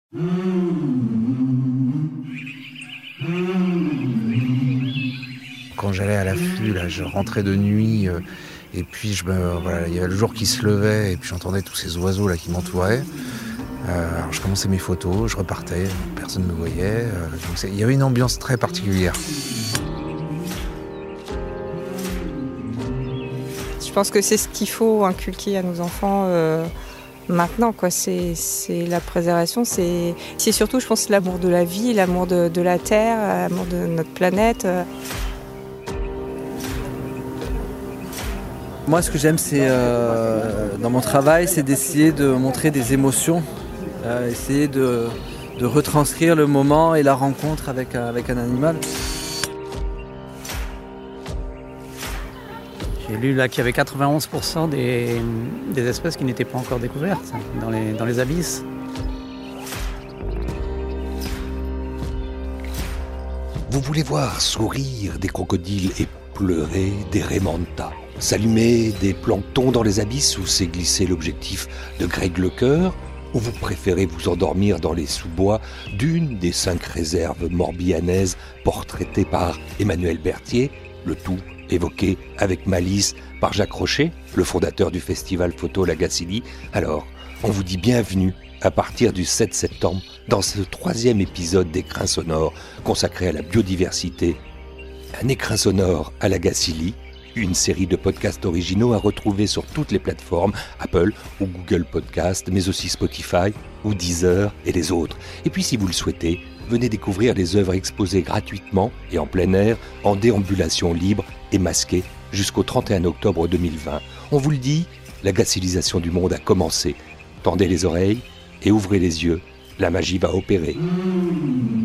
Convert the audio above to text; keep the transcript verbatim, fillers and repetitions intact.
Quand j'allais à l'affût, là, je rentrais de nuit, euh, et puis je me, voilà, il y avait le jour qui se levait, et puis j'entendais tous ces oiseaux là qui m'entouraient. Euh, alors je commençais mes photos, je repartais, personne ne me voyait. Euh, donc il y avait une ambiance très particulière. Je pense que c'est ce qu'il faut inculquer à nos enfants euh, maintenant, quoi. C'est, c'est la préservation, c'est, c'est surtout, je pense, l'amour de la vie, l'amour de, de la terre, l'amour de notre planète. Moi, ce que j'aime, c'est euh, dans mon travail, c'est d'essayer de montrer des émotions, euh, essayer de, de retranscrire le moment et la rencontre avec, avec un animal. J'ai lu là qu'il y avait quatre-vingt-onze pour cent des, des espèces qui n'étaient pas encore découvertes dans les, dans les abysses. Vous voulez voir sourire des crocodiles et pleurer des raies manta, s'allumer des planctons dans les abysses ou s'églisser l'objectif de Greg Lecoeur, ou vous préférez vous endormir dans les sous-bois d'une des cinq réserves morbihanaises portraitées par Emmanuel Berthier, le tout évoqué avec malice par Jacques Rocher, le fondateur du festival photo La Gacilly. Alors, on vous dit bienvenue à partir du sept septembre dans ce troisième épisode d'Écrin sonore consacré à la biodiversité. Un écrin sonore à La Gacilly, une série de podcasts originaux à retrouver sur toutes les plateformes, Apple ou Google Podcast, mais aussi Spotify ou Deezer et les autres. Et puis si vous le souhaitez, venez découvrir les œuvres exposées gratuitement et en plein air, en déambulation libre et masquée jusqu'au trente et un octobre deux mille vingt. On vous le dit, la gacilisation du monde a commencé. Tendez les oreilles et ouvrez les yeux, la magie va opérer. Mmh.